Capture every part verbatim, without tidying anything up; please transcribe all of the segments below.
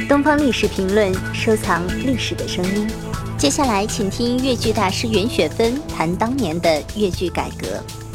东方历史评论，收藏历史的声音。接下来，请听粤剧大师袁雪芬谈当年的粤剧改革。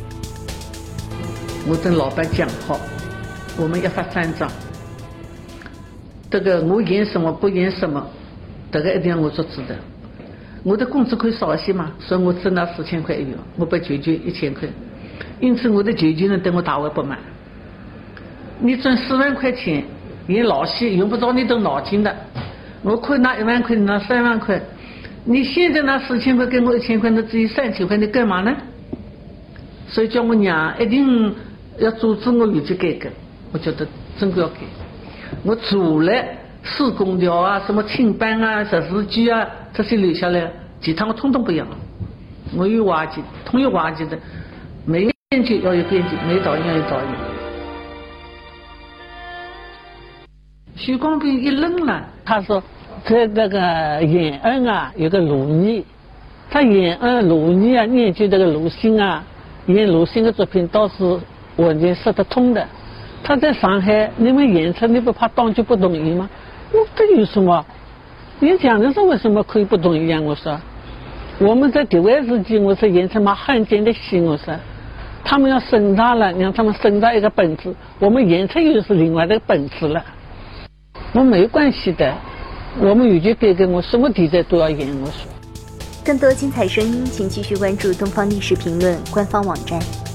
我跟老板讲好，我们一发三章，这个我演什么不演什么，这个一定要我做主的。我的工资可以少一些嘛，所以我只拿四千块一月，我不舅舅一千块，因此我的舅舅呢对我大为不满。你赚四万块钱演老戏用不着你动脑筋的，我可以拿一万块，你拿三万块，你现在拿四千块给我一千块，那只有三千块，你干嘛呢？所以叫我娘一定要阻止我粤剧改革，我觉得真的要改。我除了四宫调啊、什么青班啊、十四剧啊这些留下来，其他我通通不要。我有挖掘，通有挖掘的，没有编剧要有编剧，没有导演要有导演。许光斌一愣了，他说在那个延安啊有个卢尼，他延安卢尼啊念就这个卢星啊，演卢星的作品倒是完全说得通的。他在上海你们演出，你不怕当局不同意吗？我这有什么？你讲的是为什么可以不同意啊？我说我们在台湾时期，我说演出嘛汉奸的戏，我说他们要审查了，让他们审查一个本子，我们演出又是另外的本子了。我没关系的，我们粤剧改革，我什么题材都要演。我说， 更多精彩声音，请继续关注东方历史评论官方网站。